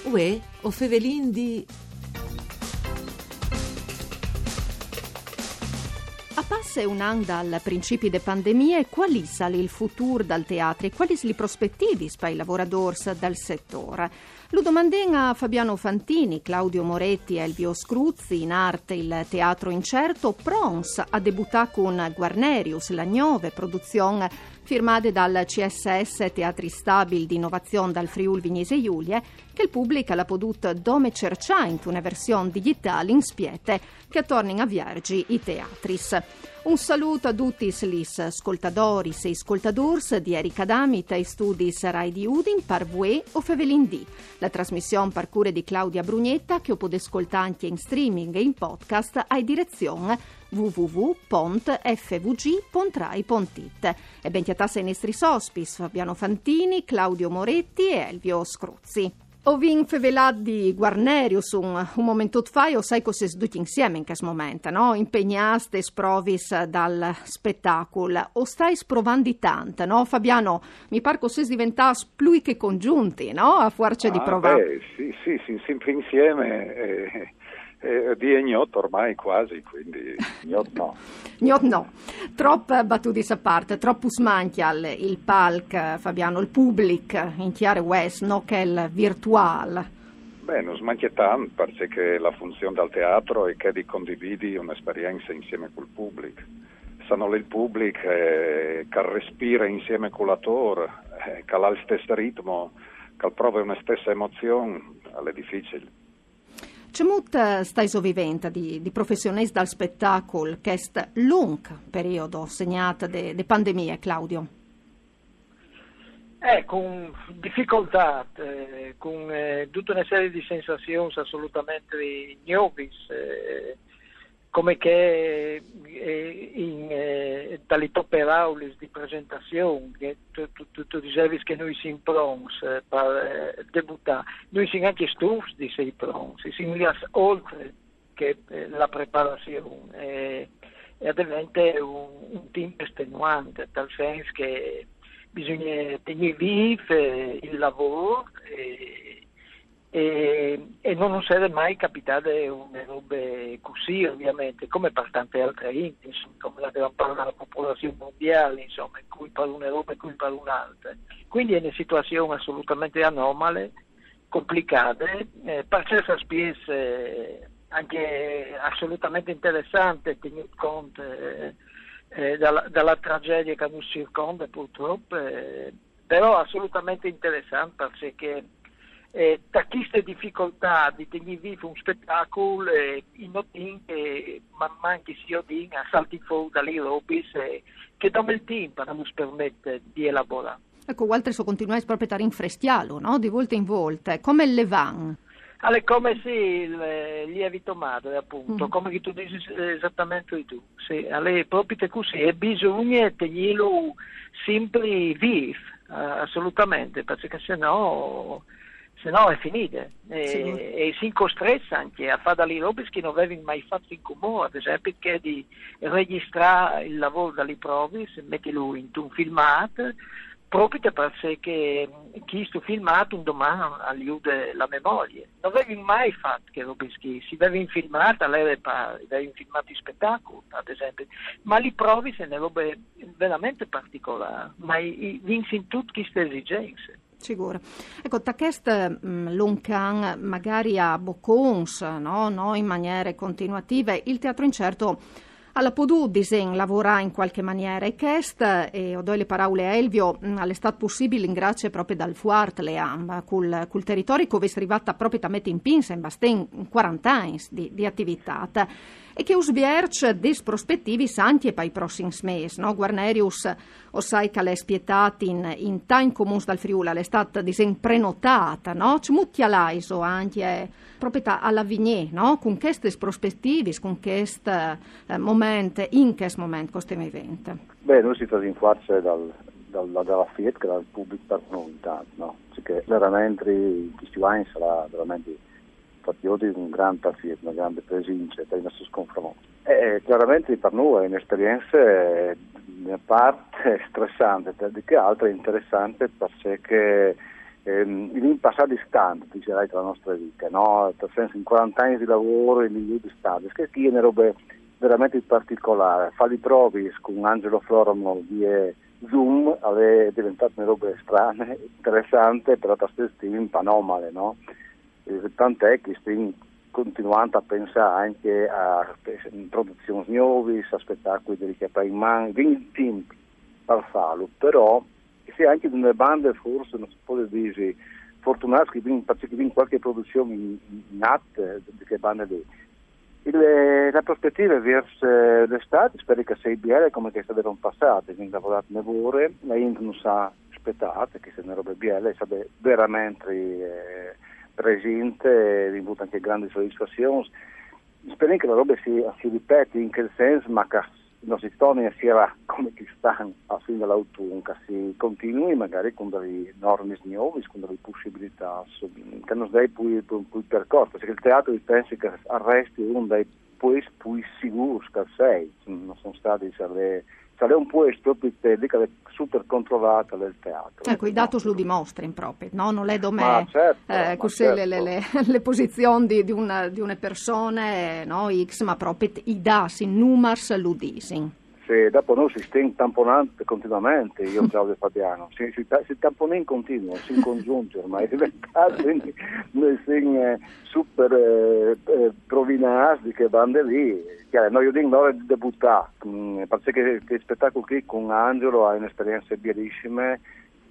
Uè, o Fevelin di... A passe un anno dal principi de pandemia, quali sali il futuro dal teatro e quali le prospettive per i lavoratori del settore? Lo domandin a Fabiano Fantini, Claudio Moretti e Elvio Scruzzi, in arte il Teatro Incerto, prons a debuttare con Guarnerius, la nuova produzione firmate dal CSS Teatri Stabil di Innovazione dal Friuli Vignese Giulie, che il pubblico ha potuto dome cercare in una versione digitale in spiete che tornino a Viergi i teatris. Un saluto a tutti gli ascoltatori e ascoltatori di Erika Damit e studi Rai di Udin, Parvue o Fevelin D. La trasmissione per cure di Claudia Brugnetta che potete ascoltare anche in streaming e in podcast a direzione www.fvg.rai.it. E ben chiatasse i nostri sospis Fabiano Fantini, Claudio Moretti e Elvio Scruzzi. Ovin fevelà di Guarnerius un momento fa, o sai cosa si tutti insieme in questo momento, no? Impegnaste, sprovis dal spettacolo, o stai sprovando tanto, no? Fabiano, mi par che si diventasse più che congiunti, no? A forza di provare. Sì, sempre insieme. Di ignotto ormai quasi, quindi ignotto no. Troppo battuti a parte, troppo smanchial il palc, Fabiano, il pubblic in chiare west, no che il virtuale. Non smanchia tanto, perché la funzione del teatro è che di condividi un'esperienza insieme col pubblico. Sanno il pubblico che respira insieme con l'attore, che ha il stesso ritmo, che prova una stessa emozione, è difficile. C'è molto stai vivendo di professionisti dal spettacolo che è lungo periodo segnato di pandemia, Claudio? Con difficoltà, con tutta una serie di sensazioni assolutamente nuove, come che dalle toppe aulis di presentazione che tu dicevi che noi siamo pronti per debuttare, noi siamo anche stufi di essere pronti, siamo lì oltre che la preparazione e diventa un tempo estenuante, tal senso che bisogna tenere vivo il lavoro e non sarebbe mai capitate una roba così, ovviamente, come per tante altre enti, come la gran parte della popolazione mondiale, insomma, in cui per una roba e in cui per un'altra. Quindi è una situazione assolutamente anomale, complicata, per certi aspetti anche assolutamente interessante, tenuto conto dalla tragedia che ci circonda purtroppo, però assolutamente interessante perché da queste difficoltà di tenere vivo un spettacolo in notin che man mano che si ordina salti fuori dalle robe che da il tempo non ci permette di elaborare. Ecco, Walter, so continuare proprio a rinfrestiarlo, no? Di volta in volta, come le van? Come se il lievito madre, appunto, come che tu dici esattamente tu. Sì, proprio così, e bisogna tenerlo sempre vivo, assolutamente, perché sennò è finita e si costretto anche a fare delle robe che non avevano mai fatto in comune, ad esempio che di registrare il lavoro dalle prove, metterlo in un filmato, proprio perché chi sto filmato un domani aiuta la memoria. Non avevano mai fatto che robe che si avevano filmato, avevano filmato i spettacoli, ad esempio, ma le prove sono robe veramente particolari, ma vincono tutte queste esigenze. Sicuro. Ecco, da questo loncan magari a boccons, no, in maniere continuative, il Teatro Incerto alla potuto lavorare in qualche maniera e questo, e ho do le parole a Elvio, all'estate possibile in grazie proprio dal fuart le amba, col territorio che è arrivata proprio a mettere in pinza in basten 40 anni di attività. E che usbierc des prospettivi santi e per i prossimi mesi, no? Guarnerius, o sai che l'è spietata in time comuns dal Friuli, l'è stata prenotata, no? Ci mucchia l'aiso anche proprio alla Vignè, no? Con queste prospettive, con questo momento, in questo momento, questo evento. Noi si tratta in forza dalla Fiat, che dal pubblico per novità, no? Perché veramente questi anni sarà veramente di un grande affitto, una grande presenza per i nostri confronti. Chiaramente per noi è un'esperienza da parte stressante, di che altra interessante perché in passato distante, direi, tra la nostra vita, no? Nel senso, in 40 anni di lavoro in milioni di stati, che è una roba veramente particolare. Fare i provi con Angelo Floramo via Zoom è diventato una roba strana, interessante, però da stesso in panomale, no? Tant'è che stiamo continuando a pensare anche a produzioni nuove, a spettacoli di richiamare in mano, in tempi per farlo, però se anche nelle bande forse non si può dire fortunati che in qualche produzione in atto di che bande lì. La prospettiva verso l'estate, spero che sia bene come che è stato in passato, quindi lavorato nelle ore, la India non sa aspettare, che se ne robe belle, è veramente presente, risulta anche grandi soddisfazioni. Spero che la roba si ripeti in quel senso, ma che non si torni a essere come che stanno a fine dell'autunno, che si continui magari con delle norme nuove, con delle possibilità che non dai più percorso, perché il teatro penso che arresti uno dei più sicuri che sei, non sono stati sarà un puesto che è super controllata del teatro. Ecco, i dati lo dimostrano proprio, no? Non è dome certo. le posizioni di una persona, no? X, ma proprio i dati, i numeri lo dicono. Sì, dopo noi si stiamo tamponando continuamente, io e Claudio Fabiano, si tampona in continuo, si congiunge ormai, è diventato, quindi noi siamo super provinati di che bande lì. Noi io dico l'ora di debuttare, perché che spettacolo qui con Angelo ha un'esperienza bellissima,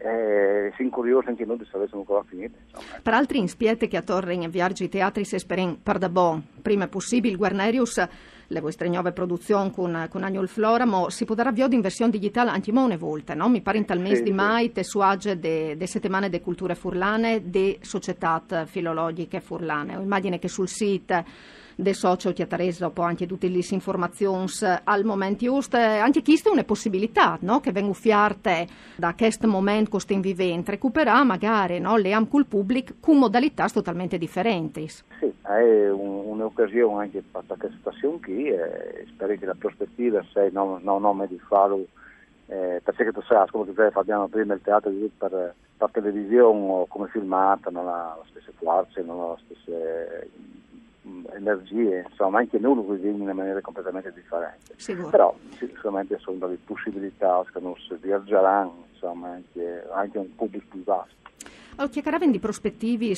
siamo curiosi anche noi di sapere se ancora finite. Per altri inspiete che a Torre in viaggi teatri si speren per da bon, prima possibile Guarnerius, le vostre nuove produzioni con Agnol Floramo si può dare avvio in versione digitale anche una volta, no? Mi pare in tal mese di mai te suage de settimane de culture furlane de società filologiche furlane. Immagine che sul sito de socio teatrese dopo anche tutte le informazioni al momento giusto, anche questa è una possibilità, no? Che vengono uffiarte da questo momento che stiamo vivendo, recuperare magari, no? Le am col pubblico con modalità totalmente differenti. Sì, è un'occasione anche per questa situazione qui, spero che la prospettiva sia non di farlo, perché tu sai, come diceva Fabiano prima, il teatro per televisione o come filmata non ha la stessa forza, non ha la stessa energie, insomma anche noi lo vediamo in una maniera completamente differente. Sicuro. Però sicuramente sono delle possibilità che non si viaggeranno, insomma anche un pubblico più vasto. Allora, chiacchieraven di prospettivi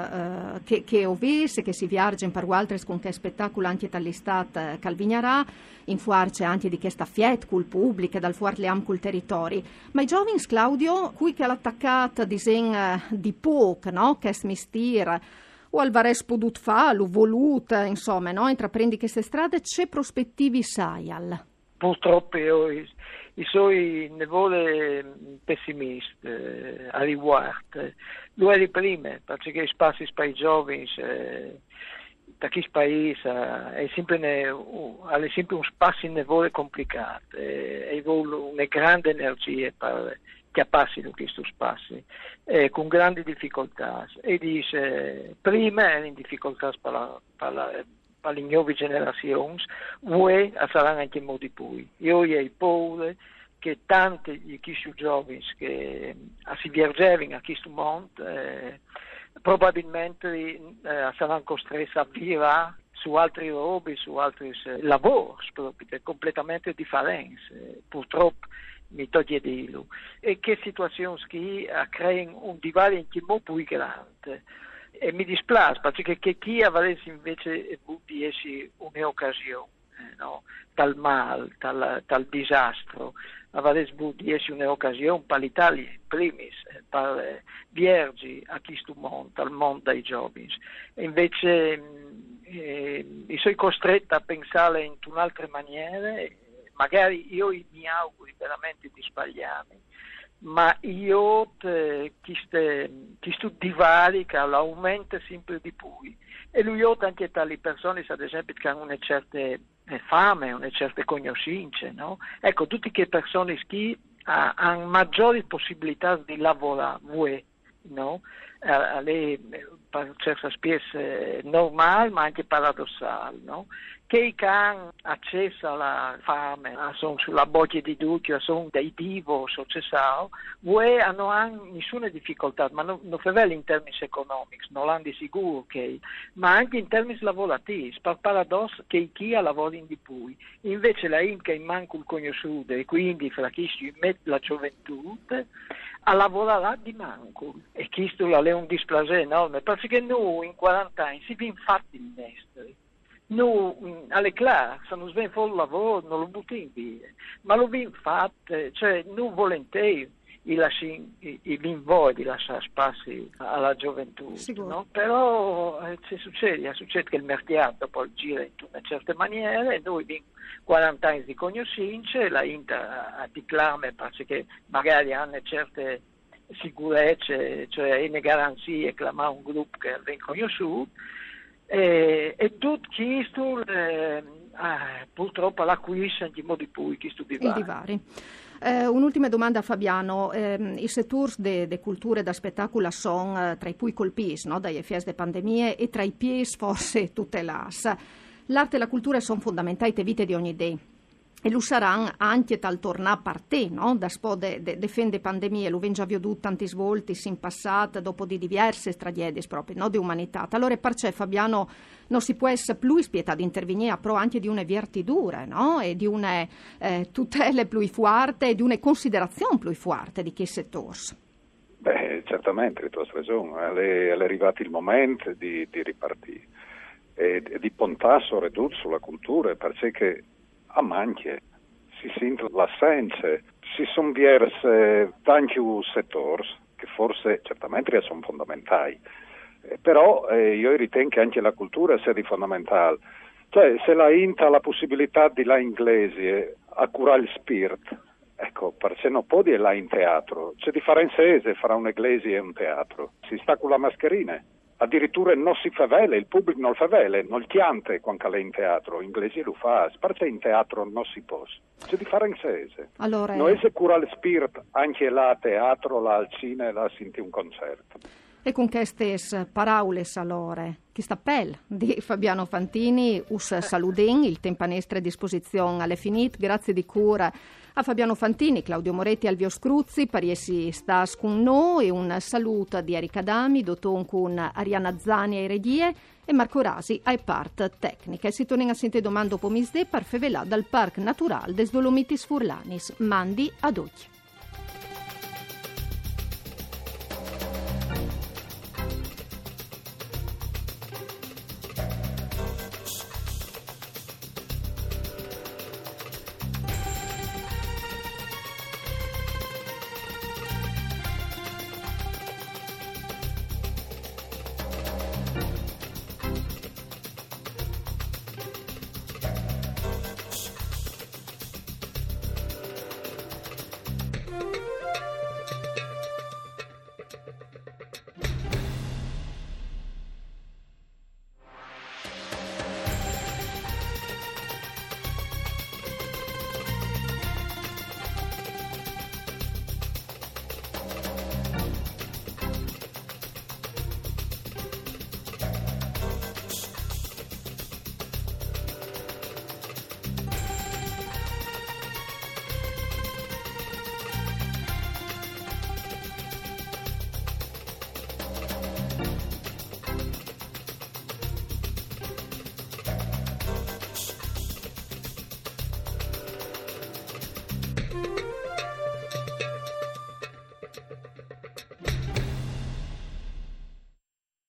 che ovese, che si viaggia in Pargualtres con che spettacolo anche dall'estate Calvignarà, in fuarce anche di questa fiet col pubblico, dal fuar le am col territori. Ma i giovani, Claudio, cui che l'attaccata di poco, no? Che è mistira, o Alvarez potuto farlo, voluto, insomma, no? Intraprendi queste strade, c'è prospettivi sai Purtroppo io sono ne vuole pessimista a riguardo. Due di prima, perché gli spazi per i giovani da questo paese è sempre un spazio ne vuole complicato e vuole una grande energia per che passino questi spazi con grandi difficoltà e dice prima in difficoltà per le nuove generazioni saranno anche in modi poi io ho paura che tanti di questi giovani che si viaggiano a questo mondo probabilmente saranno costretti a vivere su altri robe, su altri lavori proprio completamente differenti purtroppo mi toglie dirlo, e che situazioni che creano un divario anche molto più grande. E mi dispiace perché chi avesse invece di essere un'occasione, no? Dal male, dal disastro, avesse di essere un'occasione per l'Italia in primis, per viergi a questo mondo, al mondo dei giovani. E invece mi sono costretto a pensare in un'altra maniera. Magari io mi auguro veramente di sbagliarmi, ma io questo divario che aumenta sempre di più e lui ha anche tali persone, ad esempio, che hanno una certa fame, una certa conoscenza, no? Ecco, tutte quelle persone che hanno maggiori possibilità di lavorare, no? per certi aspetti normale ma anche paradossale, no? Che i cani accesso alla fame, sono sulla bocca di duccio, sono dei divo, hanno anche nessuna difficoltà, ma non favela in termini economici, non l'hanno di sicuro, okay? Ma anche in termini lavorativi, per paradosso che chi lavora di più, invece la in che manca il conosciuto e quindi fra chi si mette la gioventù, a lavorare di manco, e questo è un displacer enorme, perché noi in 40 anni si viene fatti il nestri. Noi alle classi, se non si viene fuori il lavoro, non lo buttiamo via, ma lo viene fatto, cioè non volentieri l'invoglia di lasciare spazio alla gioventù, no? Però succede che il mercato poi gira in una certa maniera e noi abbiamo 40 anni di conoscenze, la Inter a ticlame perché magari hanno certe sicurezze, cioè le garanzie, chiamare un gruppo che viene conosciuto, e tutto questo purtroppo l'acquisisce in modo di cui questo divari. Un'ultima domanda a Fabiano. I settori de culture da spettacolo sono tra i più colpiti, no? Dai effetti delle pandemie e tra i più forse tutelati. L'arte e la cultura sono fondamentali per vite di ogni day. E lo saranno anche tal tornare a parte, no? Da spo de fende pandemie, lo vengià veduto tanti svolti in passato, dopo di diverse tragedie proprio, no? Di umanità. Allora, perché Fabiano non si può essere più spietà di intervenire, però anche di una vertidura, no? E di una tutele più forte e di una considerazione più forte di che settori. Beh, certamente, tu hai ragione, è arrivato il momento di ripartire e di puntare soprattutto sulla cultura, perché a manche si sente l'assenza, si sono diverse tanti settori che forse certamente sono fondamentali, però io ritengo che anche la cultura sia di fondamentale. Cioè, se la Inta ha la possibilità di la inglese a curare il spirit, ecco, perché non può dire là in teatro, c'è differenza fra un'eglise e un teatro, si sta con la mascherina. Addirittura non si fa vele, il pubblico non fa vele, non chiante quando è in teatro, inglese lo fa, perché in teatro non si può. C'è differenza. Allora, non è se cura il spirit anche là a teatro, là al cinema, là a sentire un concerto. E con queste parole allora, questo appello di Fabiano Fantini, us saluden, il tempanestre a disposizione alle finite, grazie di cura a Fabiano Fantini, Claudio Moretti, Alvio Scruzzi, pariesi stas con noi, un saluto di Erika Dami, dotton con Arianna Zani ai regie e Marco Rasi ai part tecnica. E si torna a sentire domando pomisde per fevelà dal Parc Natural des Dolomitis Furlanis, mandi ad occhi.